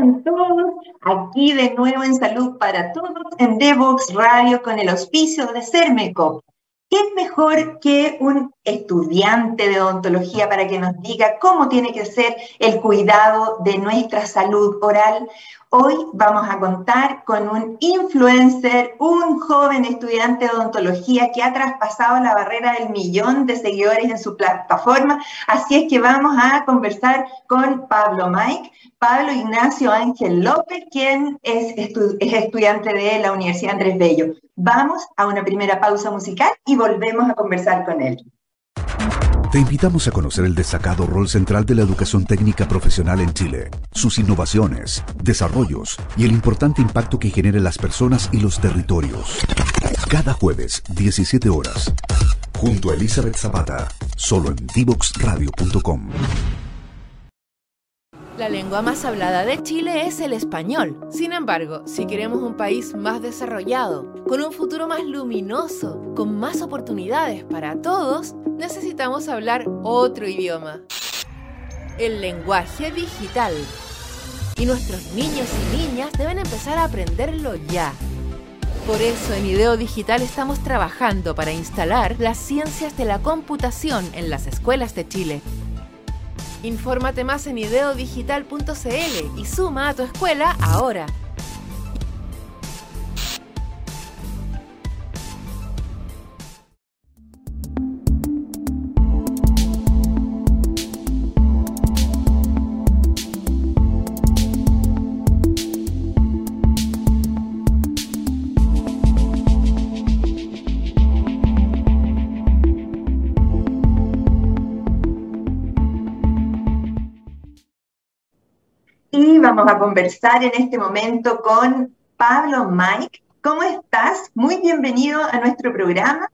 están todos? Aquí de nuevo en Salud para Todos en Devox Radio con el auspicio de Sermeco. ¿Qué es mejor que un estudiante de odontología para que nos diga cómo tiene que ser el cuidado de nuestra salud oral? Hoy vamos a contar con un influencer, un joven estudiante de odontología que ha traspasado la barrera del 1.000.000 de seguidores en su plataforma. Así es que vamos a conversar con Pablo Ignacio Ángel López, quien es estudiante de la Universidad Andrés Bello. Vamos a una primera pausa musical y volvemos a conversar con él. Te invitamos a conocer el destacado rol central de la educación técnica profesional en Chile, sus innovaciones, desarrollos y el importante impacto que genera en las personas y los territorios. Cada jueves, 17 horas, junto a Elizabeth Zapata, solo en divoxradio.com. La lengua más hablada de Chile es el español. Sin embargo, si queremos un país más desarrollado, con un futuro más luminoso, con más oportunidades para todos, necesitamos hablar otro idioma: el lenguaje digital. Y nuestros niños y niñas deben empezar a aprenderlo ya. Por eso en IDEO Digital estamos trabajando para instalar las ciencias de la computación en las escuelas de Chile. Infórmate más en ideodigital.cl y suma a tu escuela ahora. Y vamos a conversar en este momento con Pablo Mike. ¿Cómo estás? Muy bienvenido a nuestro programa.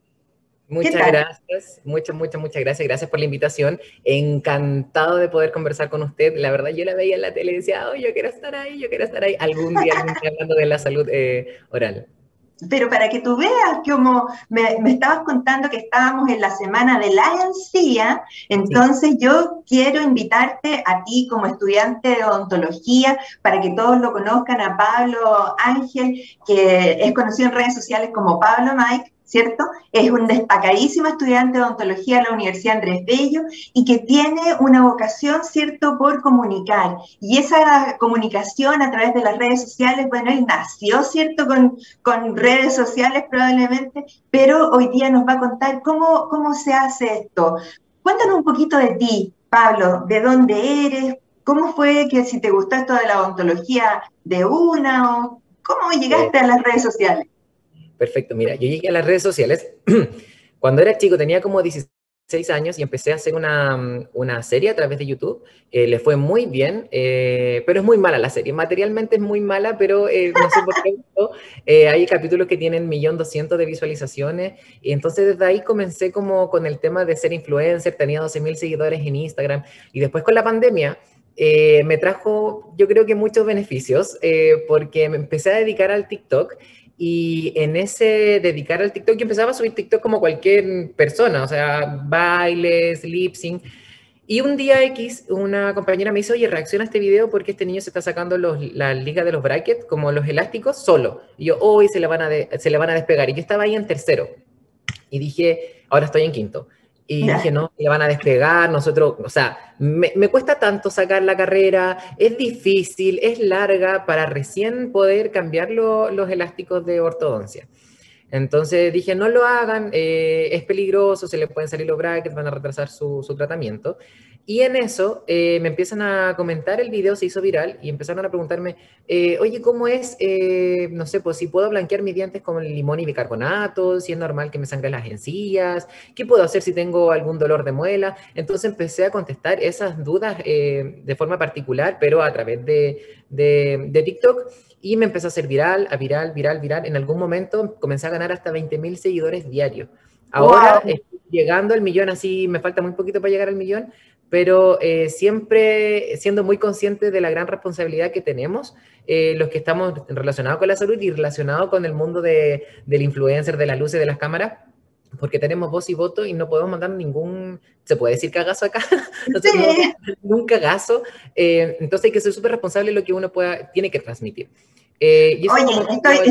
Muchas gracias, muchas gracias. Gracias por la invitación. Encantado de poder conversar con usted. La verdad, yo la veía en la tele y decía, oh, yo quiero estar ahí. Algún día hablando de la salud oral. Pero para que tú veas, como me estabas contando que estábamos en la semana de la encía, entonces sí. Yo quiero invitarte a ti como estudiante de odontología para que todos lo conozcan, a Pablo Ángel, que es conocido en redes sociales como Pablo Mike, ¿cierto? Es un destacadísimo estudiante de odontología de la Universidad Andrés Bello y que tiene una vocación, ¿cierto?, por comunicar. Y esa comunicación a través de las redes sociales, bueno, él nació, ¿cierto?, con redes sociales probablemente, pero hoy día nos va a contar cómo se hace esto. Cuéntanos un poquito de ti, Pablo, de dónde eres, cómo fue que si te gustó esto de la odontología de una, o cómo llegaste a las redes sociales. Perfecto, mira, yo llegué a las redes sociales cuando era chico, tenía como 16 años y empecé a hacer una serie a través de YouTube. Le fue muy bien, pero es muy mala la serie. Materialmente es muy mala, pero no sé por qué. Hay capítulos que tienen 1.200.000 de visualizaciones. Y entonces desde ahí comencé como con el tema de ser influencer. Tenía 12.000 seguidores en Instagram. Y después con la pandemia me trajo, yo creo que muchos beneficios, porque me empecé a dedicar al TikTok. Y en ese dedicar al TikTok, yo empezaba a subir TikTok como cualquier persona, o sea, bailes, lip sync. Y un día X, una compañera me dice, oye, reacciona a este video porque este niño se está sacando la liga de los brackets, como los elásticos, solo. Y yo, hoy se le van a despegar. Y yo estaba ahí en tercero. Y dije, ahora estoy en quinto. Y dije, no, le van a despegar, nosotros, o sea, me cuesta tanto sacar la carrera, es difícil, es larga para recién poder cambiar los elásticos de ortodoncia. Entonces dije, no lo hagan, es peligroso, se le pueden salir los brackets, van a retrasar su tratamiento. Y en eso me empiezan a comentar, el video se hizo viral y empezaron a preguntarme, oye, ¿cómo es, no sé, pues si puedo blanquear mis dientes con limón y bicarbonato, si es normal que me sangren las encías, qué puedo hacer si tengo algún dolor de muela? Entonces empecé a contestar esas dudas de forma particular, pero a través de TikTok. Y me empezó a hacer viral. En algún momento comencé a ganar hasta 20.000 seguidores diarios. Ahora estoy llegando al 1.000.000, así me falta muy poquito para llegar al 1.000.000, pero siempre siendo muy consciente de la gran responsabilidad que tenemos los que estamos relacionados con la salud y relacionados con el mundo del influencer, de las luces, de las cámaras, porque tenemos voz y voto y no podemos mandar ningún, ¿se puede decir cagazo acá? No, Sí. no, ningún cagazo. Entonces hay que ser súper responsable de lo que uno tiene que transmitir. Y eso Oye,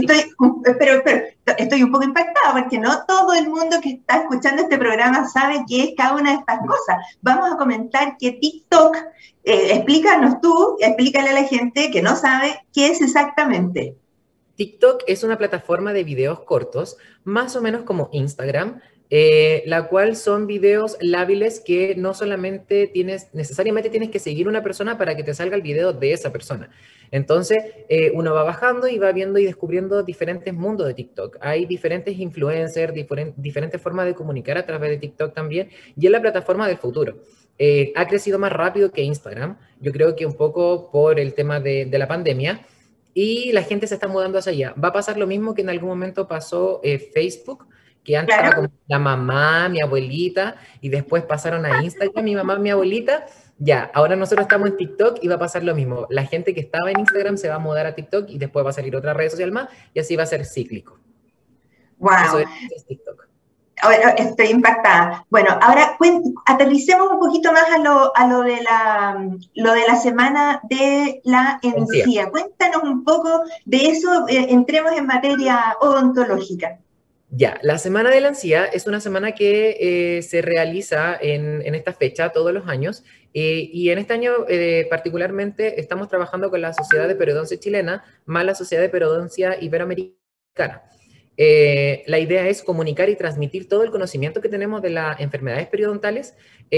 estoy un poco impactada porque no todo el mundo que está escuchando este programa sabe qué es cada una de estas cosas. Vamos a comentar que TikTok, explícanos tú, explícale a la gente que no sabe qué es exactamente. TikTok es una plataforma de videos cortos, más o menos como Instagram, la cual son videos lábiles que no solamente necesariamente tienes que seguir una persona para que te salga el video de esa persona. Entonces, uno va bajando y va viendo y descubriendo diferentes mundos de TikTok. Hay diferentes influencers, diferentes formas de comunicar a través de TikTok también, y es la plataforma del futuro. Ha crecido más rápido que Instagram, yo creo que un poco por el tema de la pandemia, y la gente se está mudando hacia allá. Va a pasar lo mismo que en algún momento pasó Facebook, que antes estaba como la mamá, mi abuelita, y después pasaron a Instagram, mi mamá, mi abuelita. Ya, ahora nosotros estamos en TikTok y va a pasar lo mismo. La gente que estaba en Instagram se va a mudar a TikTok y después va a salir otra red social más y así va a ser cíclico. Wow. Eso es TikTok. Ahora estoy impactada. Bueno, ahora aterricemos un poquito más a lo de la semana de la encía. Cuéntanos un poco de eso, entremos en materia odontológica. Ya, la Semana de la Encía es una semana que se realiza en esta fecha todos los años y en este año particularmente estamos trabajando con la Sociedad de Periodoncia Chilena más la Sociedad de Periodoncia Iberoamericana. La idea es comunicar y transmitir todo el conocimiento que tenemos de las enfermedades periodontales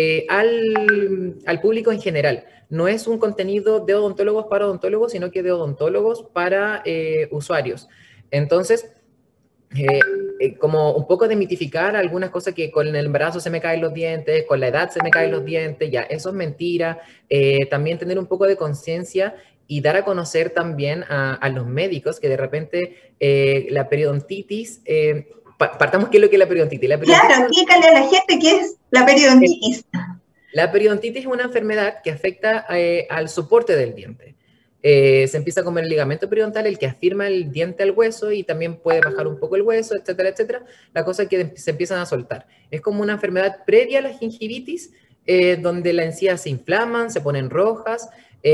al público en general. No es un contenido de odontólogos para odontólogos, sino que de odontólogos para usuarios. Entonces, como un poco demitificar algunas cosas que con el embarazo se me caen los dientes, con la edad se me caen los dientes, ya, eso es mentira. También tener un poco de conciencia y dar a conocer también a los médicos que de repente la periodontitis, partamos qué es lo que es la periodontitis. Claro, explícale a la gente qué es la periodontitis. La periodontitis es una enfermedad que afecta al soporte del diente. Se empieza a comer el ligamento periodontal, el que afirma el diente al hueso y también puede bajar un poco el hueso, etcétera, etcétera. La cosa es que se empiezan a soltar. Es como una enfermedad previa a la gingivitis, donde las encías se inflaman, se ponen rojas,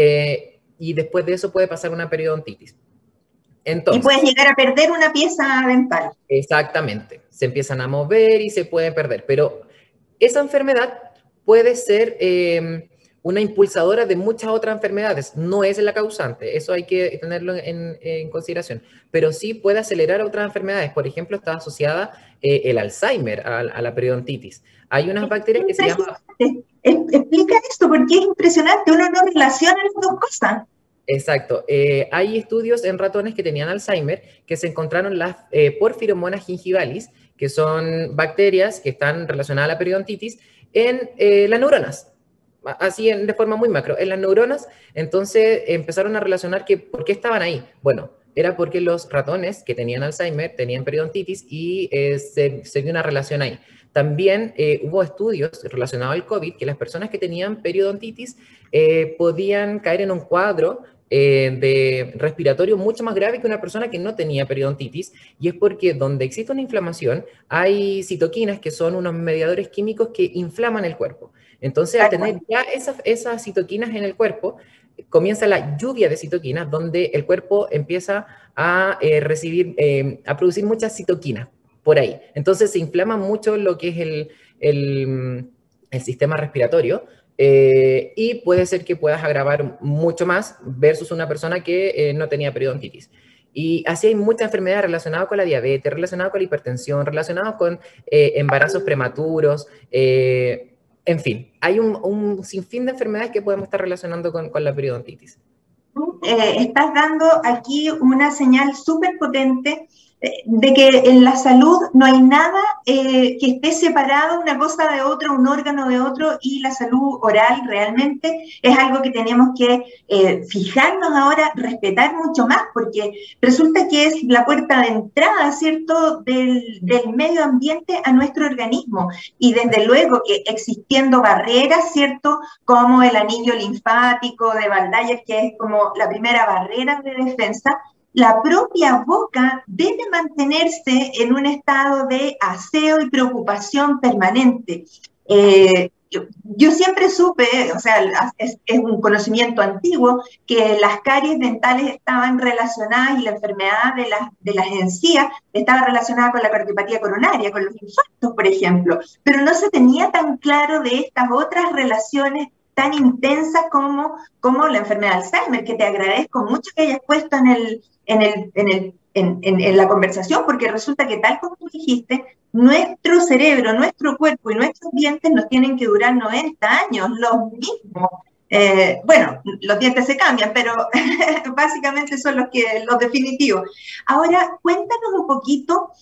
y después de eso puede pasar una periodontitis. Entonces, y puedes llegar a perder una pieza dental. Exactamente. Se empiezan a mover y se puede perder. Pero esa enfermedad puede ser una impulsadora de muchas otras enfermedades. No es la causante. Eso hay que tenerlo en consideración. Pero sí puede acelerar otras enfermedades. Por ejemplo, está asociada el Alzheimer a la periodontitis. Hay unas bacterias que se llaman... Explica esto, porque es impresionante. Uno no relaciona las dos cosas. Exacto. Hay estudios en ratones que tenían Alzheimer que se encontraron las porfiromonas gingivalis, que son bacterias que están relacionadas a la periodontitis, en las neuronas. Así de forma muy macro. En las neuronas, entonces empezaron a relacionar que ¿por qué estaban ahí? Bueno, era porque los ratones que tenían Alzheimer tenían periodontitis y se dio una relación ahí. También hubo estudios relacionados al COVID que las personas que tenían periodontitis podían caer en un cuadro de respiratorio mucho más grave que una persona que no tenía periodontitis, y es porque donde existe una inflamación hay citoquinas que son unos mediadores químicos que inflaman el cuerpo. Entonces, al tener ya esas citoquinas en el cuerpo, comienza la lluvia de citoquinas donde el cuerpo empieza a a producir muchas citoquinas por ahí. Entonces se inflama mucho lo que es el sistema respiratorio y puede ser que puedas agravar mucho más versus una persona que no tenía periodontitis. Y así hay muchas enfermedades relacionadas con la diabetes, relacionadas con la hipertensión, relacionadas con embarazos prematuros, en fin, hay un sinfín de enfermedades que podemos estar relacionando con la periodontitis. Estás dando aquí una señal súper potente de que en la salud no hay nada que esté separado una cosa de otra, un órgano de otro, y la salud oral realmente es algo que tenemos que fijarnos ahora, respetar mucho más, porque resulta que es la puerta de entrada, ¿cierto?, del medio ambiente a nuestro organismo, y desde luego que existiendo barreras, ¿cierto?, como el anillo linfático de Waldeyer, que es como la primera barrera de defensa, la propia boca debe mantenerse en un estado de aseo y preocupación permanente. Yo siempre supe, o sea, es un conocimiento antiguo, que las caries dentales estaban relacionadas y la enfermedad de las encías estaba relacionada con la cardiopatía coronaria, con los infartos, por ejemplo, pero no se tenía tan claro de estas otras relaciones tan intensas como la enfermedad de Alzheimer, que te agradezco mucho que hayas puesto en la conversación, porque resulta que tal como tú dijiste, nuestro cerebro, nuestro cuerpo y nuestros dientes nos tienen que durar 90 años, los mismos. Bueno, los dientes se cambian, pero básicamente son los definitivos. Ahora, cuéntanos un poquito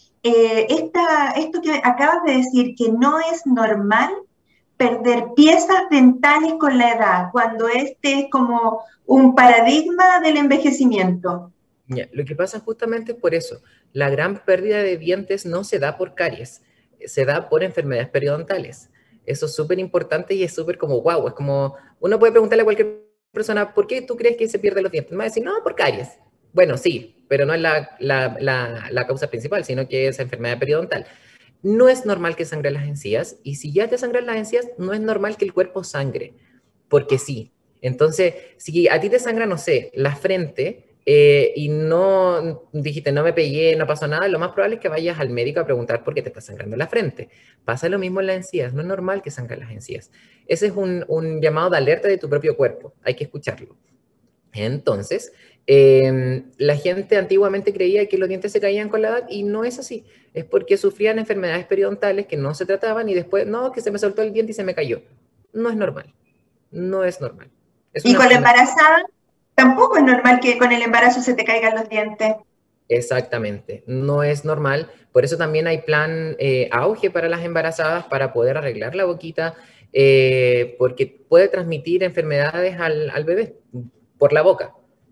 esto que acabas de decir, que no es normal perder piezas dentales con la edad, cuando este es como un paradigma del envejecimiento. Lo que pasa justamente es por eso. La gran pérdida de dientes no se da por caries, se da por enfermedades periodontales. Eso es súper importante y es súper como wow. Es como, uno puede preguntarle a cualquier persona, ¿por qué tú crees que se pierden los dientes? Me va a decir, no, por caries. Bueno, sí, pero no es la causa principal, sino que es enfermedad periodontal. No es normal que sangren las encías, y si ya te sangran las encías, no es normal que el cuerpo sangre, porque sí. Entonces, si a ti te sangra, no sé, la frente, y no dijiste, no me pegué, no pasó nada, lo más probable es que vayas al médico a preguntar por qué te está sangrando la frente. Pasa lo mismo en las encías, no es normal que sangren las encías. Ese es un llamado de alerta de tu propio cuerpo, hay que escucharlo. Entonces, la gente antiguamente creía que los dientes se caían con la edad, y no es así. Es porque sufrían enfermedades periodontales que no se trataban y después, no, que se me soltó el diente y se me cayó. No es normal. No es normal. ¿Y con la embarazada? Tampoco es normal que con el embarazo se te caigan los dientes. Exactamente, no es normal. Por eso también hay plan auge para las embarazadas, para poder arreglar la boquita, porque puede transmitir enfermedades al bebé por la boca.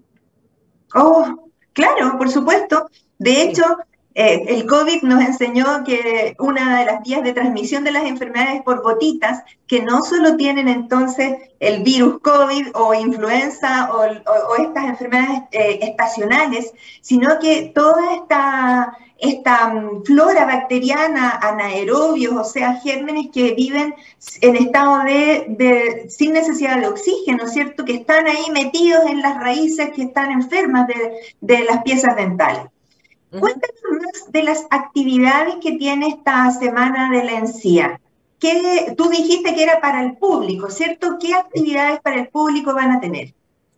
Oh, claro, por supuesto. De hecho, el COVID nos enseñó que una de las vías de transmisión de las enfermedades es por gotitas, que no solo tienen entonces el virus COVID o influenza o estas enfermedades estacionales, sino que toda esta flora bacteriana, anaerobios, o sea, gérmenes que viven en estado sin necesidad de oxígeno, ¿cierto? Que están ahí metidos en las raíces que están enfermas de las piezas dentales. Cuéntanos más de las actividades que tiene esta Semana de la Encía. Tú dijiste que era para el público, ¿cierto? ¿Qué actividades para el público van a tener?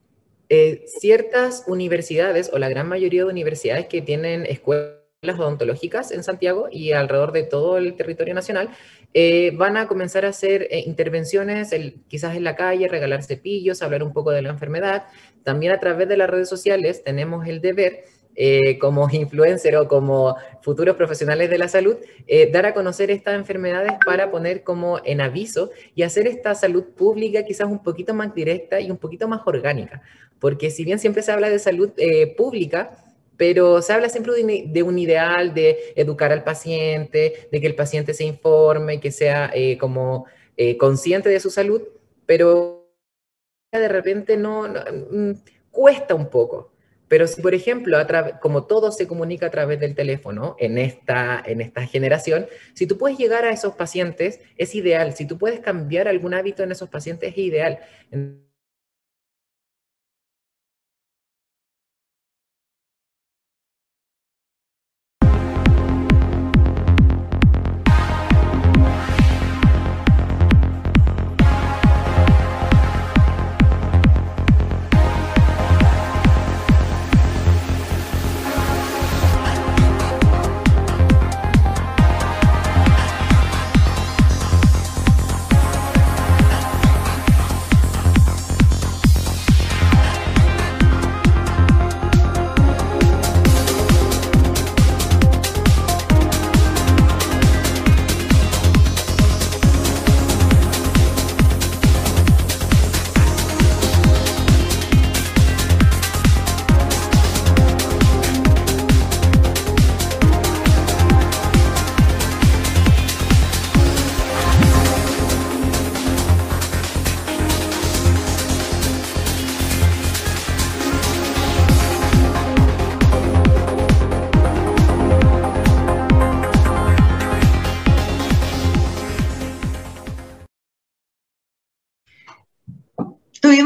Ciertas universidades, o la gran mayoría de universidades que tienen escuelas odontológicas en Santiago y alrededor de todo el territorio nacional, van a comenzar a hacer intervenciones, quizás en la calle, regalar cepillos, hablar un poco de la enfermedad. También a través de las redes sociales tenemos el deber, como influencer o como futuros profesionales de la salud, dar a conocer estas enfermedades para poner como en aviso y hacer esta salud pública quizás un poquito más directa y un poquito más orgánica. Porque si bien siempre se habla de salud pública, pero se habla siempre de un ideal de educar al paciente, de que el paciente se informe, que sea consciente de su salud, pero de repente cuesta un poco. Pero si, por ejemplo, como todo se comunica a través del teléfono en esta generación, si tú puedes llegar a esos pacientes, es ideal. Si tú puedes cambiar algún hábito en esos pacientes, es ideal.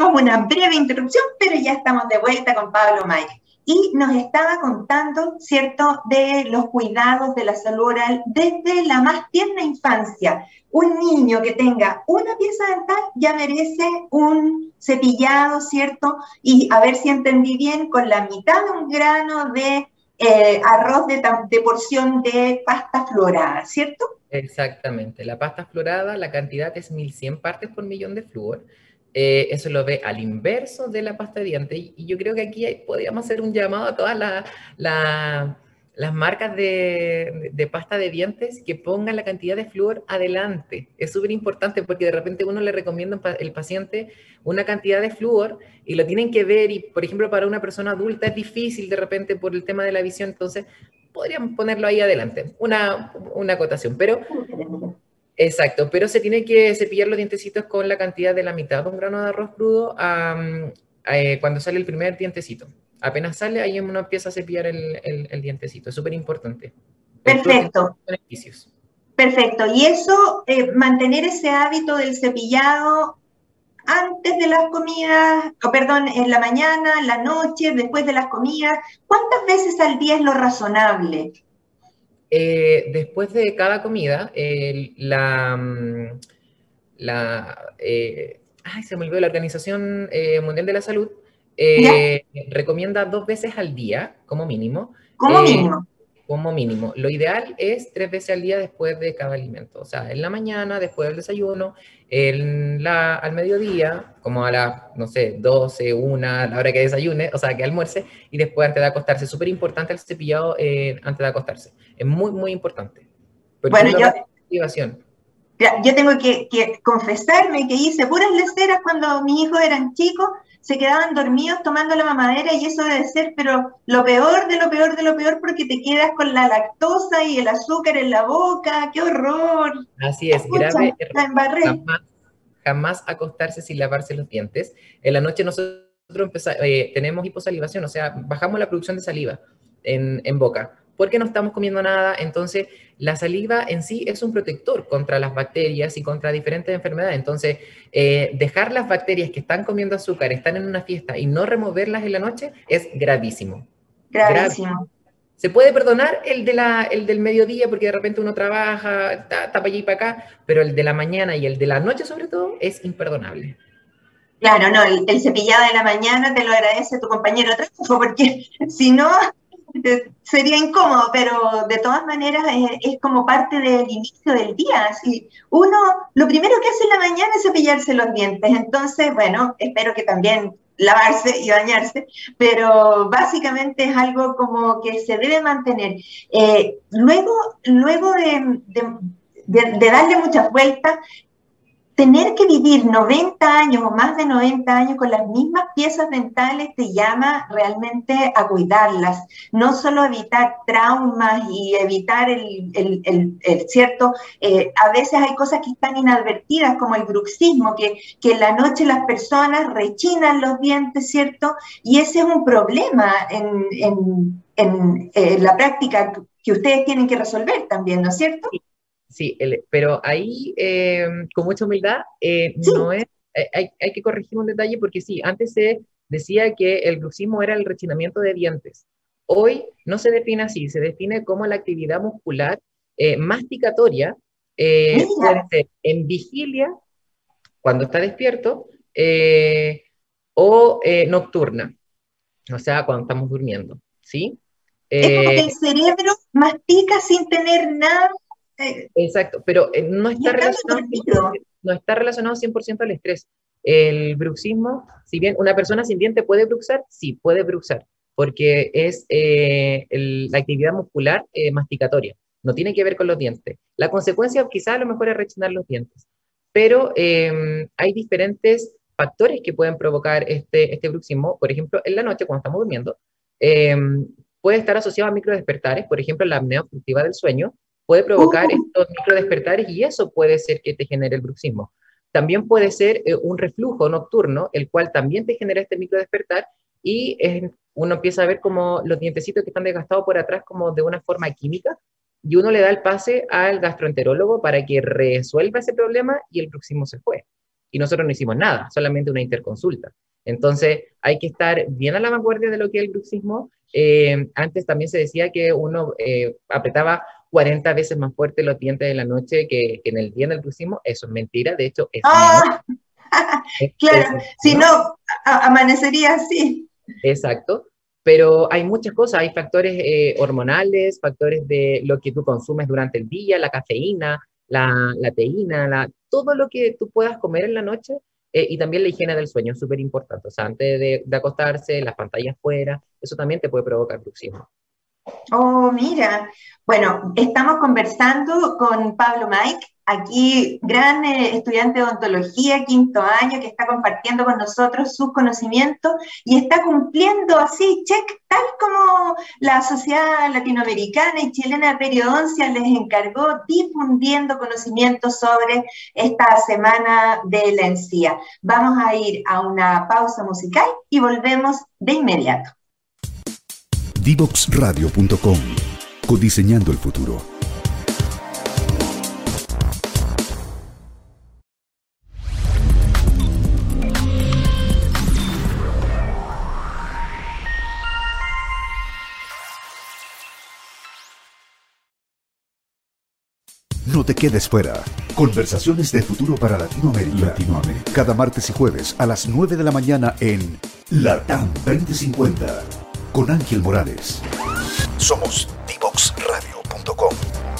tuvimos una breve interrupción, pero ya estamos de vuelta con Pablo Mayer. Y nos estaba contando, ¿cierto?, de los cuidados de la salud oral desde la más tierna infancia. Un niño que tenga una pieza dental ya merece un cepillado, ¿cierto? Y a ver si entendí bien, con la mitad de un grano de arroz de porción de pasta florada, ¿cierto? Exactamente. La pasta fluorada, la cantidad es 1100 partes por millón de flúor. Eso lo ve al inverso de la pasta de dientes. Y yo creo que aquí podríamos hacer un llamado a todas las marcas de pasta de dientes que pongan la cantidad de flúor adelante. Es súper importante porque de repente uno le recomienda al paciente una cantidad de flúor y lo tienen que ver y, por ejemplo, para una persona adulta es difícil de repente por el tema de la visión, entonces podríamos ponerlo ahí adelante, una acotación, pero exacto, pero se tiene que cepillar los dientecitos con la cantidad de la mitad de un grano de arroz crudo cuando sale el primer dientecito. Apenas sale, ahí uno empieza a cepillar el dientecito. Es súper importante. Perfecto. Beneficios. Perfecto. Y eso, mantener ese hábito del cepillado antes de las comidas, o perdón, en la mañana, en la noche, después de las comidas. ¿Cuántas veces al día es lo razonable? Después de cada comida, se me olvidó, la Organización Mundial de la Salud recomienda 2 veces al día, como mínimo. Como mínimo. Como mínimo. Lo ideal es 3 veces al día después de cada alimento. O sea, en la mañana, después del desayuno, al mediodía, como a las, no sé, 12, 1, a la hora que desayune, o sea, que almuerce, y después antes de acostarse. Súper importante el cepillado antes de acostarse. Es muy, muy importante. Porque bueno, yo tengo que confesarme que hice puras leceras cuando mis hijos eran chicos, se quedaban dormidos tomando la mamadera y eso debe ser, pero lo peor de lo peor de lo peor porque te quedas con la lactosa y el azúcar en la boca, ¡qué horror! Así es, grave. Jamás acostarse sin lavarse los dientes. En la noche nosotros tenemos hiposalivación, o sea, bajamos la producción de saliva en boca, porque no estamos comiendo nada. Entonces la saliva en sí es un protector contra las bacterias y contra diferentes enfermedades. Entonces dejar las bacterias que están comiendo azúcar, están en una fiesta y no removerlas en la noche es gravísimo. Gravísimo. Se puede perdonar el del mediodía porque de repente uno trabaja, está para allá y para acá, pero el de la mañana y el de la noche sobre todo es imperdonable. Claro, no, el cepillado de la mañana te lo agradece tu compañero de trabajo porque si no sería incómodo, pero de todas maneras es como parte del inicio del día. Así, uno, lo primero que hace en la mañana es cepillarse los dientes, entonces, bueno, espero que también lavarse y bañarse, pero básicamente es algo como que se debe mantener. Luego de darle muchas vueltas, tener que vivir 90 años o más de 90 años con las mismas piezas dentales te llama realmente a cuidarlas, no solo evitar traumas y evitar el cierto, a veces hay cosas que están inadvertidas como el bruxismo, que en la noche las personas rechinan los dientes, ¿cierto? Y ese es un problema en la práctica que ustedes tienen que resolver también, ¿no es cierto? Sí, pero ahí, con mucha humildad, sí. No es, hay que corregir un detalle porque sí, antes se decía que el bruxismo era el rechinamiento de dientes. Hoy no se define así, se define como la actividad muscular masticatoria, puede ser en vigilia, cuando está despierto, o nocturna, o sea, cuando estamos durmiendo, ¿sí? Es como que el cerebro mastica sin tener nada. Exacto, pero no está relacionado 100% al estrés. El bruxismo, si bien una persona sin diente puede bruxar, sí, puede bruxar, porque es la actividad muscular masticatoria, no tiene que ver con los dientes. La consecuencia quizá a lo mejor es rechinar los dientes, pero hay diferentes factores que pueden provocar este bruxismo. Por ejemplo, en la noche, cuando estamos durmiendo, puede estar asociado a microdespertares, por ejemplo, la apnea obstructiva del sueño, puede provocar estos microdespertares y eso puede ser que te genere el bruxismo. También puede ser un reflujo nocturno, el cual también te genera este microdespertar y uno empieza a ver como los dientecitos que están desgastados por atrás como de una forma química y uno le da el pase al gastroenterólogo para que resuelva ese problema y el bruxismo se fue. y nosotros no hicimos nada, solamente una interconsulta. Entonces, hay que estar bien a la vanguardia de lo que es el bruxismo. Antes también se decía que uno apretaba 40 veces más fuerte los dientes de la noche que en el día del bruxismo. Eso es mentira, de hecho, es menos. ¡Ah! Claro, si ¿No? no, amanecería así. Exacto, pero hay muchas cosas, hay factores hormonales, factores de lo que tú consumes durante el día, la cafeína, la teína, todo lo que tú puedas comer en la noche y también la higiene del sueño es súper importante. O sea, antes de acostarse, las pantallas fuera, eso también te puede provocar bruxismo. Oh, mira. Bueno, estamos conversando con Pablo Mike, aquí gran estudiante de odontología, quinto año, que está compartiendo con nosotros sus conocimientos y está cumpliendo así, check, tal como la Sociedad Latinoamericana y Chilena de Periodoncia les encargó, difundiendo conocimientos sobre esta semana de la encía. Vamos a ir a una pausa musical y volvemos de inmediato. Divoxradio.com. Codiseñando el futuro. No te quedes fuera. Conversaciones de futuro para Latinoamérica. Cada martes y jueves a las 9 de la mañana en LATAM 2050. Con Ángel Morales. Somos Divoxradio.com.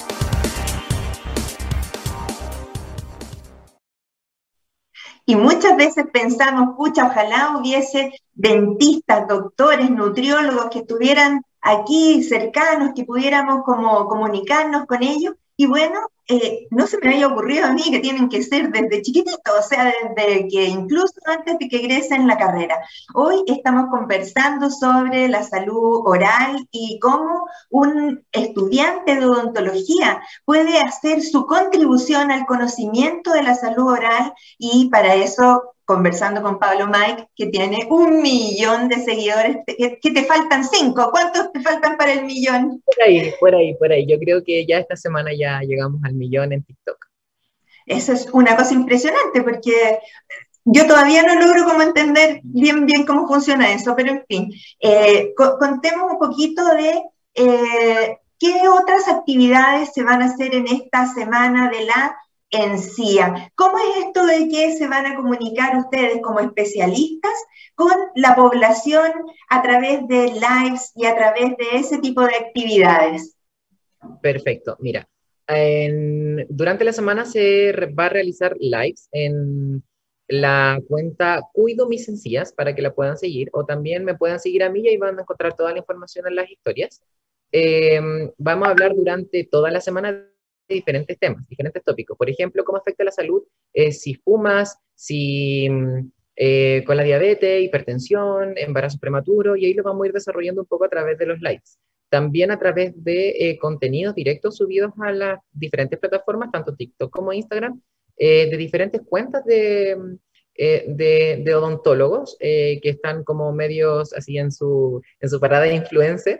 Y muchas veces pensamos, pucha, ojalá hubiese dentistas, doctores, nutriólogos que estuvieran aquí cercanos, que pudiéramos como comunicarnos con ellos. Y bueno, no se me había ocurrido a mí que tienen que ser desde chiquitito, o sea, desde que incluso antes de que egresen la carrera. Hoy estamos conversando sobre la salud oral y cómo un estudiante de odontología puede hacer su contribución al conocimiento de la salud oral y para eso conversando con Pablo Mike, que tiene 1 millón de seguidores, que te faltan 5. ¿Cuántos te faltan para el millón? Por ahí. Yo creo que ya esta semana ya llegamos al millón en TikTok. Eso es una cosa impresionante, porque yo todavía no logro como entender bien cómo funciona eso, pero en fin, contemos un poquito de qué otras actividades se van a hacer en esta semana de la encía. ¿Cómo es esto de que se van a comunicar ustedes como especialistas con la población a través de lives y a través de ese tipo de actividades? Perfecto, mira, durante la semana se va a realizar lives en la cuenta Cuido Mis Encías para que la puedan seguir, o también me puedan seguir a mí y ahí van a encontrar toda la información en las historias. Vamos a hablar durante toda la semana de diferentes temas, diferentes tópicos. Por ejemplo, cómo afecta la salud si fumas, si con la diabetes, hipertensión, embarazo prematuro, y ahí lo vamos a ir desarrollando un poco a través de los lives. También a través de contenidos directos subidos a las diferentes plataformas, tanto TikTok como Instagram, de diferentes cuentas de odontólogos que están como medios así en su parada de influencer.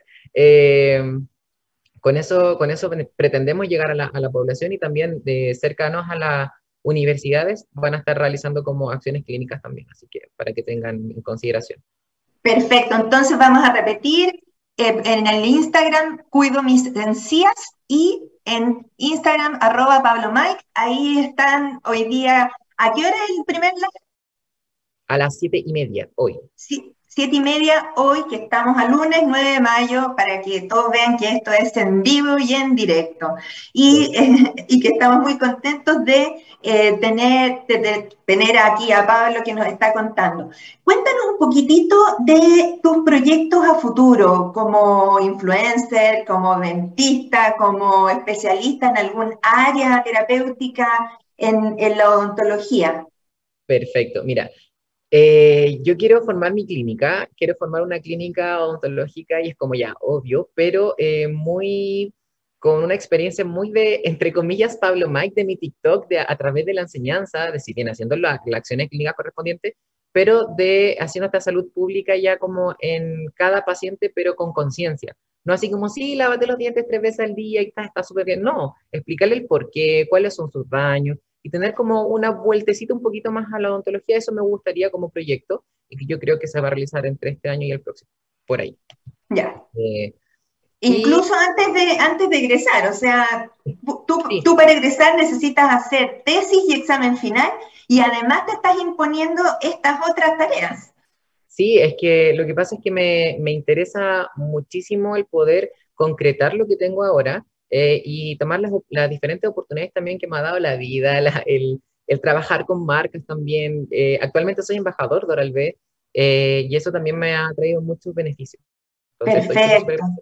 Con eso pretendemos llegar a la población y también cercanos a las universidades van a estar realizando como acciones clínicas también, así que para que tengan en consideración. Perfecto, entonces vamos a repetir en el Instagram Cuido Mis Encías y en Instagram @PabloMike, ahí están hoy día. ¿A qué hora es el primer live? A las 7:30 hoy. Sí, 7:30 hoy, que estamos a lunes 9 de mayo, para que todos vean que esto es en vivo y en directo. Y que estamos muy contentos de tener aquí a Pablo que nos está contando. Cuéntanos un poquitito de tus proyectos a futuro, como influencer, como dentista, como especialista en algún área terapéutica en la odontología. Perfecto, mira. Yo quiero formar mi clínica, quiero formar una clínica odontológica y es como ya, obvio, pero con una experiencia muy de, entre comillas, Pablo Mike de mi TikTok, a través de la enseñanza, de si bien haciendo las acciones clínicas correspondientes, pero de haciendo esta salud pública ya como en cada paciente, pero con conciencia. No así como, sí, lávate los dientes 3 veces al día y está súper bien. No, explicarle el por qué, cuáles son sus daños, y tener como una vueltecita un poquito más a la odontología. Eso me gustaría como proyecto y que yo creo que se va a realizar entre este año y el próximo, por ahí. Ya. Eh, y Incluso antes de egresar, o sea, sí, tú para egresar necesitas hacer tesis y examen final y además te estás imponiendo estas otras tareas. sí, es que lo que pasa es que me interesa muchísimo el poder concretar lo que tengo ahora y tomar las diferentes oportunidades también que me ha dado la vida, el trabajar con marcas también. Actualmente soy embajador de Oral-B y eso también me ha traído muchos beneficios. Entonces estoy súper, súper. Perfecto.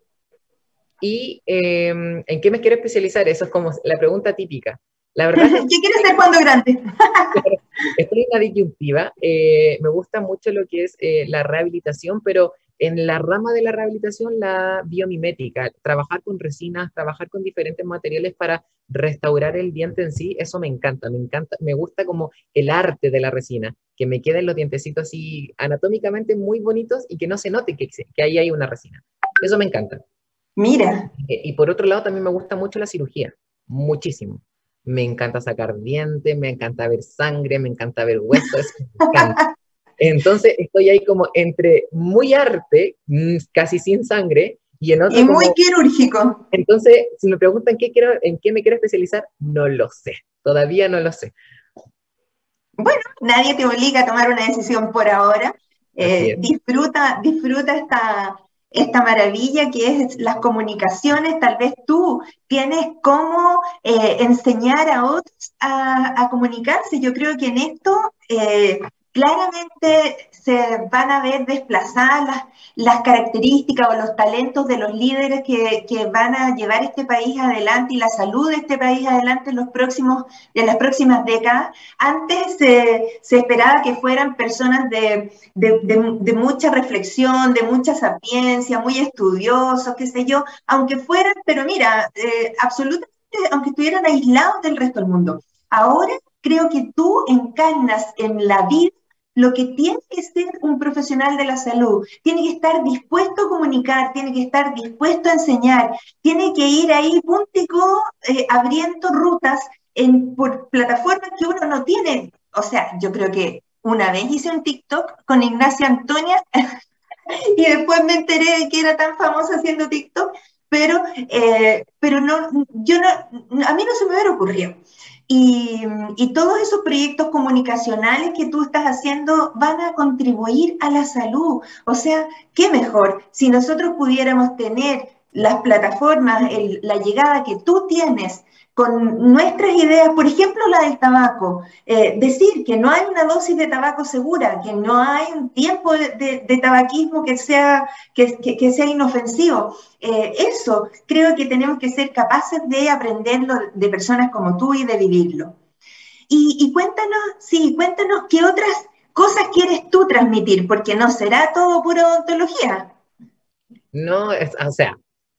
¿Y en qué me quiero especializar? Eso es como la pregunta típica. La verdad es ¿Qué quieres ser cuando grande? estoy en la disyuntiva, me gusta mucho lo que es la rehabilitación, pero en la rama de la rehabilitación, la biomimética, trabajar con resinas, trabajar con diferentes materiales para restaurar el diente en sí, eso me encanta, me gusta como el arte de la resina, que me queden los dientecitos así anatómicamente muy bonitos y que no se note que ahí hay una resina. Eso me encanta. Mira, Y por otro lado, también me gusta mucho la cirugía, muchísimo. Me encanta sacar dientes, me encanta ver sangre, me encanta ver huesos, me encanta. Entonces estoy ahí como entre muy arte, casi sin sangre, y en y otro muy como... quirúrgico. Entonces, si me preguntan en qué me quiero especializar, no lo sé. Todavía no lo sé. Bueno, nadie te obliga a tomar una decisión por ahora. Así es. Disfruta esta maravilla que es las comunicaciones. Tal vez tú tienes cómo enseñar a otros a comunicarse. Yo creo que en esto claramente se van a ver desplazadas las características o los talentos de los líderes que van a llevar este país adelante y la salud de este país adelante en las próximas décadas. Antes se esperaba que fueran personas de mucha reflexión, de mucha sapiencia, muy estudiosos, qué sé yo, aunque fueran, pero mira, absolutamente, aunque estuvieran aislados del resto del mundo. Ahora creo que tú encarnas en la vida lo que tiene que ser un profesional de la salud. Tiene que estar dispuesto a comunicar, tiene que estar dispuesto a enseñar, tiene que ir ahí puntico abriendo rutas por plataformas que uno no tiene. O sea, yo creo que una vez hice un TikTok con Ignacia Antonia y después me enteré de que era tan famosa haciendo TikTok, pero no, a mí no se me hubiera ocurrido. Y todos esos proyectos comunicacionales que tú estás haciendo van a contribuir a la salud. O sea, qué mejor si nosotros pudiéramos tener las plataformas, la llegada que tú tienes con nuestras ideas, por ejemplo la del tabaco, decir que no hay una dosis de tabaco segura, que no hay un tiempo de tabaquismo que sea inofensivo. Eso creo que tenemos que ser capaces de aprenderlo de personas como tú y de vivirlo. Y cuéntanos qué otras cosas quieres tú transmitir, porque no será todo pura odontología. No, o sea,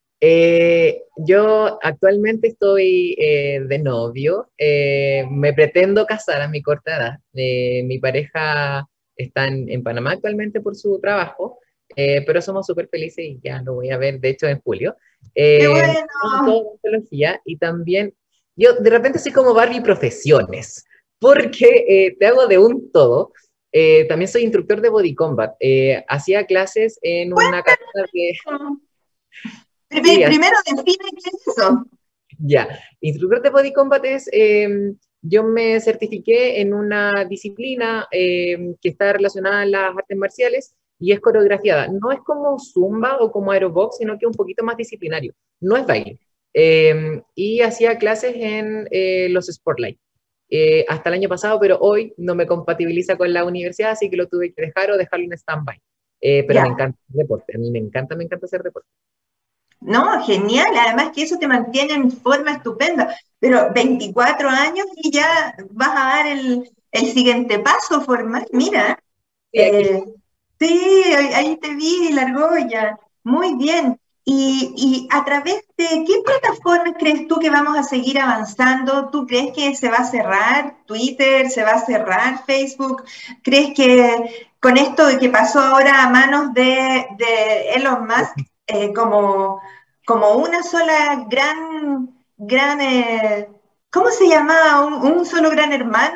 yo actualmente estoy de novio, me pretendo casar a mi corta edad. Mi pareja está en Panamá actualmente por su trabajo, pero somos súper felices y ya lo voy a ver, de hecho, en julio. ¡Qué No, todo bueno! odontología y también yo de repente soy como Barbie Profesiones, porque te hago de un todo. También soy instructor de Body Combat. Hacía clases en una carrera de... Sí, Primero define qué es eso. ya, instructor de Body Combat es, yo me certifiqué en una disciplina que está relacionada a las artes marciales y es coreografiada. No es como Zumba o como Aerobox, sino que es un poquito más disciplinario. No es baile. Y hacía clases en los Spotlight hasta el año pasado, pero hoy no me compatibiliza con la universidad, así que lo tuve que dejar o dejarlo en stand-by. Pero me Ya. encanta el deporte. A mí me encanta hacer deporte. No, genial. Además que eso te mantiene en forma estupenda. Pero 24 años y ya vas a dar el siguiente paso formal. Mira, Sí, aquí. eh, sí, ahí te vi, la argolla. Muy bien. Y a través de qué plataformas crees tú que vamos a seguir avanzando? ¿Tú crees que se va a cerrar Twitter, se va a cerrar Facebook? ¿Crees que con esto que pasó ahora a manos de Elon Musk, como una sola gran ¿Cómo se llamaba? ¿Un solo gran hermano?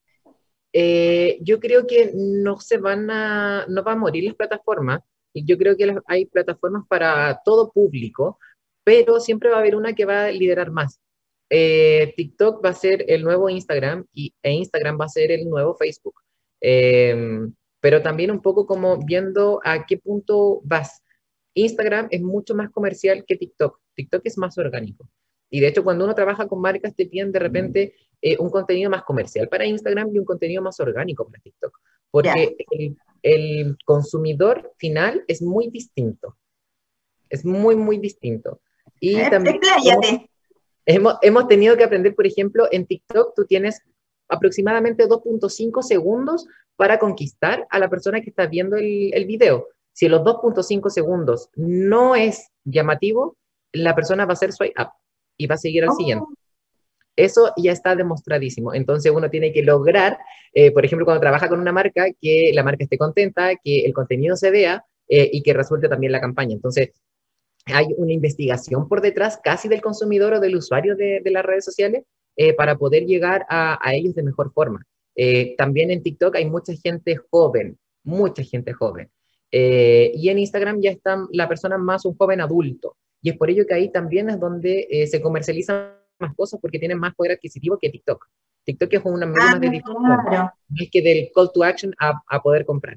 Yo creo que no va a morir las plataformas. Y yo creo que hay plataformas para todo público, pero siempre va a haber una que va a liderar más. TikTok va a ser el nuevo Instagram e Instagram va a ser el nuevo Facebook. Pero también un poco como viendo a qué punto vas. Instagram es mucho más comercial que TikTok. TikTok es más orgánico. Y de hecho, cuando uno trabaja con marcas, te piden de repente un contenido más comercial para Instagram y un contenido más orgánico para TikTok. Porque el consumidor final es muy distinto. Es muy, muy distinto. Y también hemos tenido que aprender, por ejemplo, en TikTok tú tienes aproximadamente 2.5 segundos para conquistar a la persona que está viendo el video. Si en los 2.5 segundos no es llamativo, la persona va a hacer swipe up y va a seguir al siguiente. Eso ya está demostradísimo. Entonces uno tiene que lograr, por ejemplo, cuando trabaja con una marca, que la marca esté contenta, que el contenido se vea y que resulte también la campaña. Entonces hay una investigación por detrás casi del consumidor o del usuario de las redes sociales para poder llegar a ellos de mejor forma. También en TikTok hay mucha gente joven, mucha gente joven. Y en Instagram ya está la persona más un joven adulto. Y es por ello que ahí también es donde se comercializan más cosas porque tienen más poder adquisitivo que TikTok. TikTok es una medio más de difusión, claro. es que del call to action a poder comprar.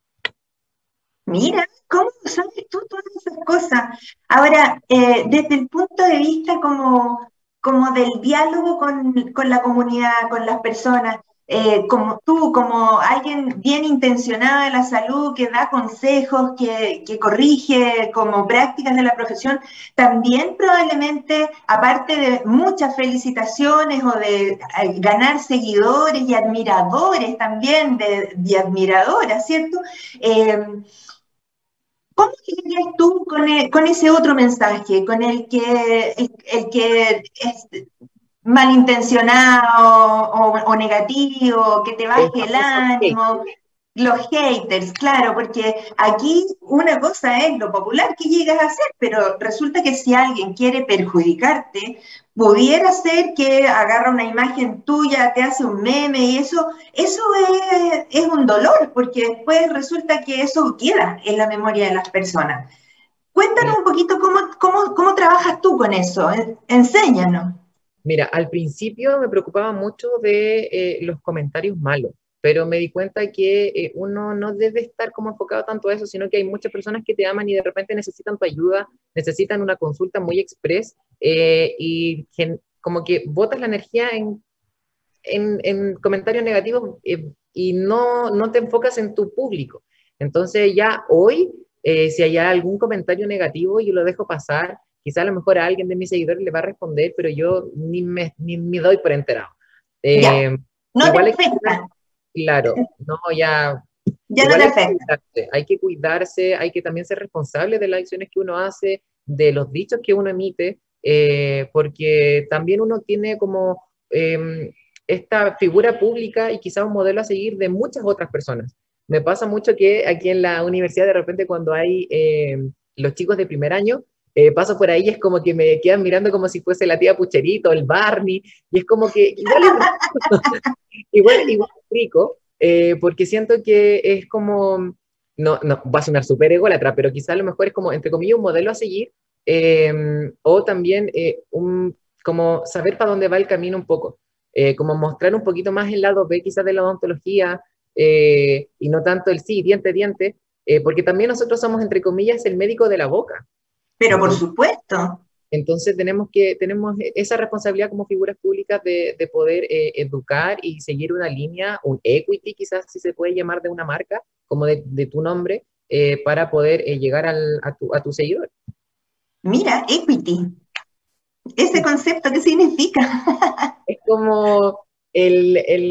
Mira, ¿cómo sabes tú todas esas cosas? Ahora, desde el punto de vista como del diálogo con la comunidad, con las personas, como tú, como alguien bien intencionado de la salud, que da consejos, que corrige como prácticas de la profesión, también probablemente, aparte de muchas felicitaciones o de ganar seguidores y admiradores también, de admiradoras, ¿cierto? ¿Cómo lidias tú con ese otro mensaje, con el que es malintencionado o negativo, que te baje el ánimo? Los haters, claro, porque aquí una cosa es lo popular que llegas a hacer, pero resulta que si alguien quiere perjudicarte, pudiera ser que agarra una imagen tuya, te hace un meme y eso es un dolor, porque después resulta que eso queda en la memoria de las personas. Cuéntanos un poquito cómo trabajas tú con eso, enséñanos. Mira, al principio me preocupaba mucho de los comentarios malos, pero me di cuenta que uno no debe estar como enfocado tanto a eso, sino que hay muchas personas que te aman y de repente necesitan tu ayuda, necesitan una consulta muy express y como que botas la energía en comentarios negativos y no te enfocas en tu público. Entonces ya hoy, si hay algún comentario negativo, yo lo dejo pasar. Quizá a lo mejor a alguien de mis seguidores le va a responder, pero yo ni me doy por enterado. Ya, no te afecta. Claro, no, ya no te afecta. Hay que cuidarse, hay que también ser responsable de las acciones que uno hace, de los dichos que uno emite, porque también uno tiene como esta figura pública y quizá un modelo a seguir de muchas otras personas. Me pasa mucho que aquí en la universidad de repente cuando hay los chicos de primer año, paso por ahí y es como que me quedan mirando como si fuese la tía Pucherito, el Barney, y es como que igual rico, porque siento que es como, no va a sonar súper ególatra, pero quizá a lo mejor es como, entre comillas, un modelo a seguir, o también como saber para dónde va el camino un poco, como mostrar un poquito más el lado B quizás de la odontología, y no tanto el sí, diente, porque también nosotros somos, entre comillas, el médico de la boca. Pero por supuesto. Entonces tenemos esa responsabilidad como figuras públicas de poder educar y seguir una línea, un equity quizás si se puede llamar de una marca, como de tu nombre, para poder llegar a tu seguidor. Mira, equity. ¿Ese concepto qué significa? Es como el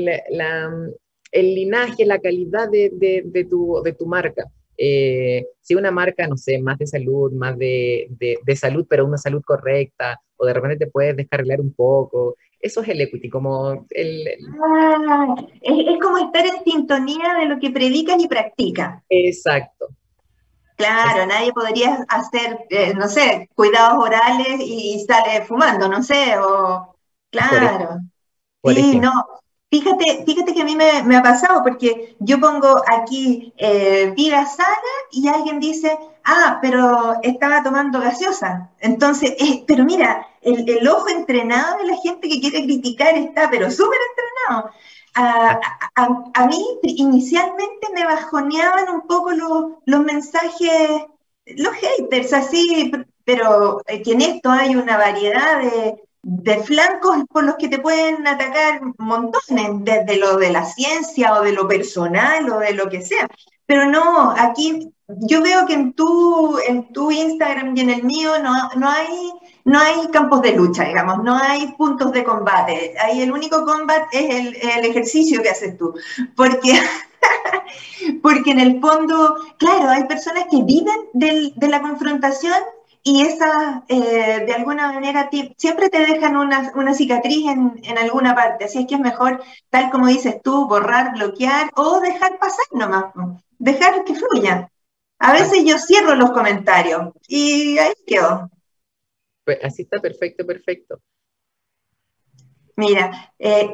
linaje, la calidad de tu marca. Si una marca, no sé, más de salud, más de salud, pero una salud correcta, o de repente te puedes descarrilar un poco, eso es el equity, como es como estar en sintonía de lo que predicas y practicas. Exacto. Claro, nadie podría hacer, no sé, cuidados orales y sale fumando, no sé, o por, claro. por Sí, ejemplo. no. Fíjate que a mí me ha pasado porque yo pongo aquí vida sana y alguien dice, ah, pero estaba tomando gaseosa. Entonces, pero mira, el ojo entrenado de la gente que quiere criticar está, pero súper entrenado. A mí inicialmente me bajoneaban un poco los mensajes, los haters, así, pero que en esto hay una variedad de flancos por los que te pueden atacar montones, desde lo de la ciencia o de lo personal o de lo que sea. Pero no, aquí yo veo que en tu Instagram y en el mío no hay campos de lucha, digamos, no hay puntos de combate. Ahí el único combate es el ejercicio que haces tú. Porque porque en el fondo, claro, hay personas que viven de la confrontación y esas, de alguna manera, siempre te dejan una cicatriz en alguna parte. Así es que es mejor, tal como dices tú, borrar, bloquear o dejar pasar nomás, dejar que fluya. A veces yo cierro los comentarios y ahí quedo. Pues así está perfecto, perfecto. Mira,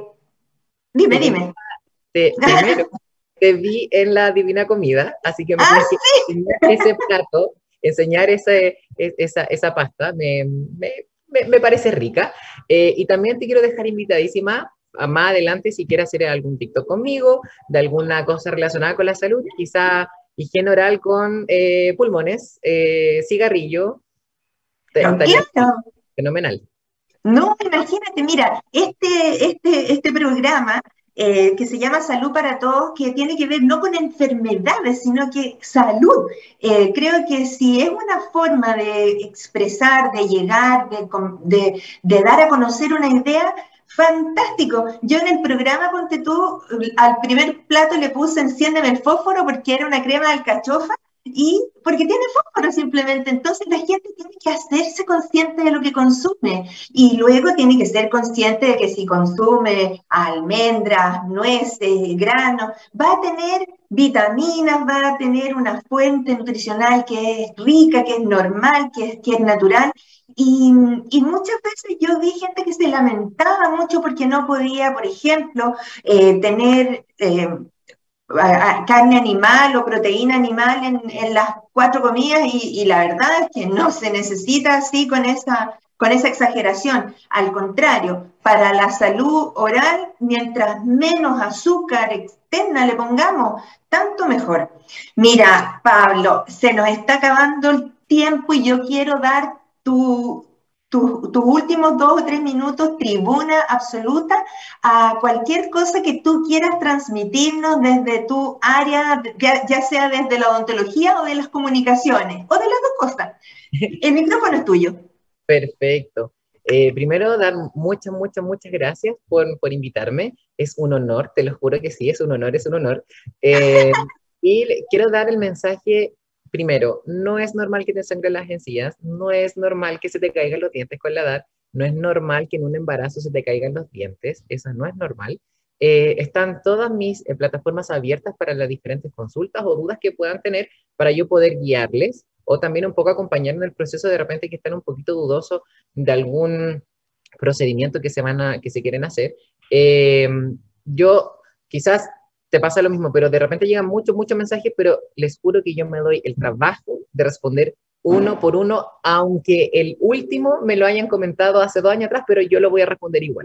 dime. Primero, te vi en la Divina Comida, así que me Ah, tienes que enseñar ese plato, enseñar esa pasta, me parece rica. Y también te quiero dejar invitadísima a más adelante si quieres hacer algún TikTok conmigo, de alguna cosa relacionada con la salud, quizá higiene oral con pulmones, cigarrillo, estaría claro. fenomenal. No, imagínate, mira, este programa que se llama Salud para Todos, que tiene que ver no con enfermedades, sino que salud. Creo que si es una forma de expresar, de llegar, de dar a conocer una idea, fantástico. Yo en el programa, ponte tú, al primer plato le puse enciéndeme el fósforo porque era una crema de alcachofa y porque tiene fósforo simplemente. Entonces la gente tiene que hacerse consciente de lo que consume. Y luego tiene que ser consciente de que si consume almendras, nueces, granos, va a tener vitaminas, va a tener una fuente nutricional que es rica, que es normal, que es natural. Y muchas veces yo vi gente que se lamentaba mucho porque no podía, por ejemplo, tener carne animal o proteína animal en las 4 comidas y la verdad es que no se necesita así con esa exageración. Al contrario, para la salud oral, mientras menos azúcar externa le pongamos, tanto mejor. Mira, Pablo, se nos está acabando el tiempo y yo quiero dar tus últimos 2 o 3 minutos, tribuna absoluta, a cualquier cosa que tú quieras transmitirnos desde tu área, ya sea desde la odontología o de las comunicaciones, o de las dos cosas. El micrófono es tuyo. Perfecto. Primero, dar muchas, muchas, muchas gracias por invitarme. Es un honor, te lo juro que sí, es un honor, es un honor. Quiero dar el mensaje, primero, no es normal que te sangren las encías, no es normal que se te caigan los dientes con la edad, no es normal que en un embarazo se te caigan los dientes, eso no es normal. Están todas mis plataformas abiertas para las diferentes consultas o dudas que puedan tener para yo poder guiarles o también un poco acompañar en el proceso de repente que están un poquito dudosos de algún procedimiento que se quieren hacer. Yo quizás te pasa lo mismo, pero de repente llegan muchos, muchos mensajes, pero les juro que yo me doy el trabajo de responder uno por uno, aunque el último me lo hayan comentado hace 2 años atrás, pero yo lo voy a responder igual.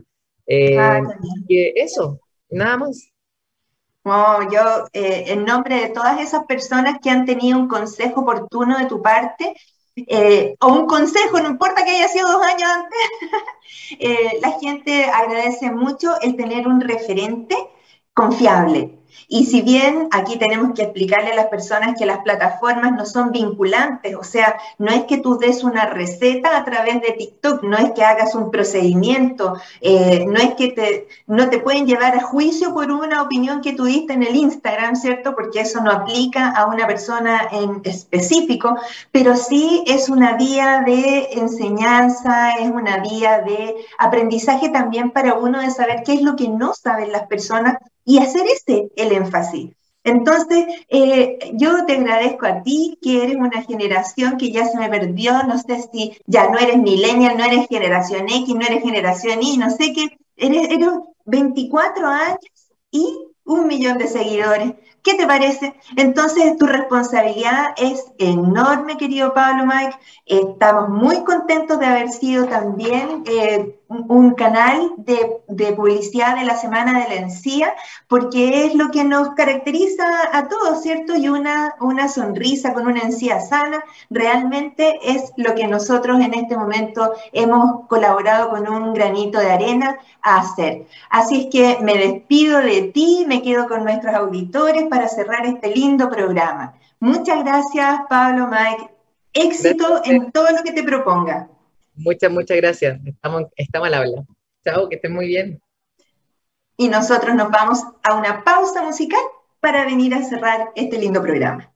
Eso, nada más. Oh, yo, en nombre de todas esas personas que han tenido un consejo oportuno de tu parte, o un consejo, no importa que haya sido 2 años antes, la gente agradece mucho el tener un referente confiable. Y si bien aquí tenemos que explicarle a las personas que las plataformas no son vinculantes, o sea, no es que tú des una receta a través de TikTok, no es que hagas un procedimiento, no es que no te pueden llevar a juicio por una opinión que tú diste en el Instagram, ¿cierto? Porque eso no aplica a una persona en específico, pero sí es una vía de enseñanza, es una vía de aprendizaje también para uno de saber qué es lo que no saben las personas y hacer ese el énfasis. Entonces, yo te agradezco a ti, que eres una generación que ya se me perdió, no sé si ya no eres millennial, no eres generación X, no eres generación Y, no sé qué, eres 24 años y 1 millón de seguidores. ¿Qué te parece? Entonces, tu responsabilidad es enorme, querido Pablo Mike. Estamos muy contentos de haber sido también un canal de publicidad de la Semana de la Encía, porque es lo que nos caracteriza a todos, ¿cierto? Y una sonrisa con una encía sana realmente es lo que nosotros en este momento hemos colaborado con un granito de arena a hacer. Así es que me despido de ti, me quedo con nuestros auditores para cerrar este lindo programa. Muchas gracias, Pablo Mike. Éxito Gracias. en todo lo que te proponga. Muchas gracias. Estamos al habla. Chao, que estén muy bien. Y nosotros nos vamos a una pausa musical para venir a cerrar este lindo programa.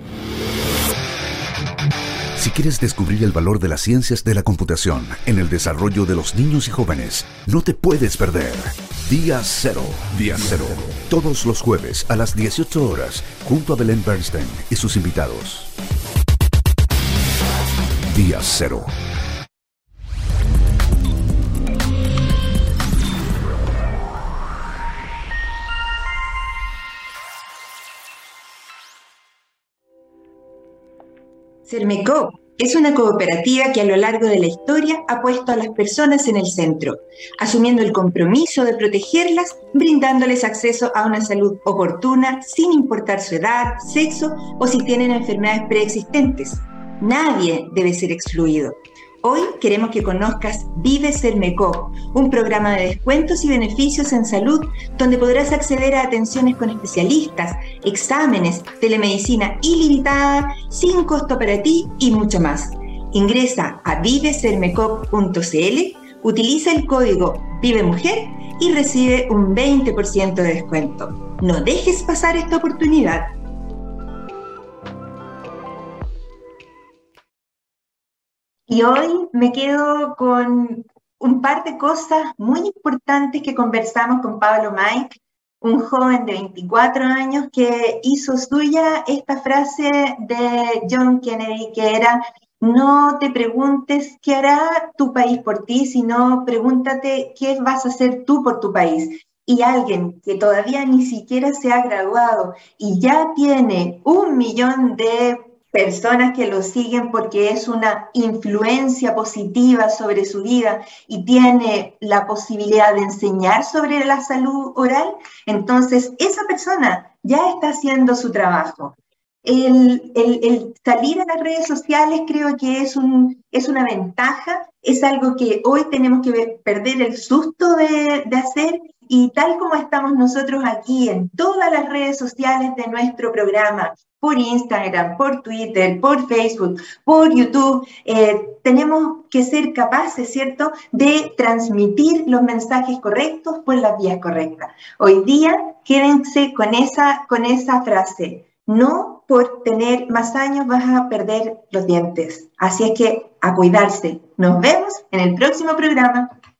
Si quieres descubrir el valor de las ciencias de la computación en el desarrollo de los niños y jóvenes, no te puedes perder Día Cero. Día Cero. Todos los jueves a las 18 horas, junto a Belén Bernstein y sus invitados. Día Cero. Sermecop es una cooperativa que a lo largo de la historia ha puesto a las personas en el centro, asumiendo el compromiso de protegerlas, brindándoles acceso a una salud oportuna sin importar su edad, sexo o si tienen enfermedades preexistentes. Nadie debe ser excluido. Hoy queremos que conozcas Vive Sermecop, un programa de descuentos y beneficios en salud donde podrás acceder a atenciones con especialistas, exámenes, telemedicina ilimitada, sin costo para ti y mucho más. Ingresa a vivesermecop.cl, utiliza el código VIVEMUJER y recibe un 20% de descuento. No dejes pasar esta oportunidad. Y hoy me quedo con un par de cosas muy importantes que conversamos con Pablo Mike, un joven de 24 años que hizo suya esta frase de John Kennedy, que era: no te preguntes qué hará tu país por ti, sino pregúntate qué vas a hacer tú por tu país. Y alguien que todavía ni siquiera se ha graduado y ya tiene 1 millón de personas que lo siguen porque es una influencia positiva sobre su vida y tiene la posibilidad de enseñar sobre la salud oral, entonces esa persona ya está haciendo su trabajo. El salir a las redes sociales creo que es una ventaja, es algo que hoy tenemos que perder el susto de hacer, y tal como estamos nosotros aquí en todas las redes sociales de nuestro programa, por Instagram, por Twitter, por Facebook, por YouTube, tenemos que ser capaces, ¿cierto?, de transmitir los mensajes correctos por las vías correctas. Hoy día, quédense con esa frase: no por tener más años vas a perder los dientes. Así es que a cuidarse. Nos vemos en el próximo programa.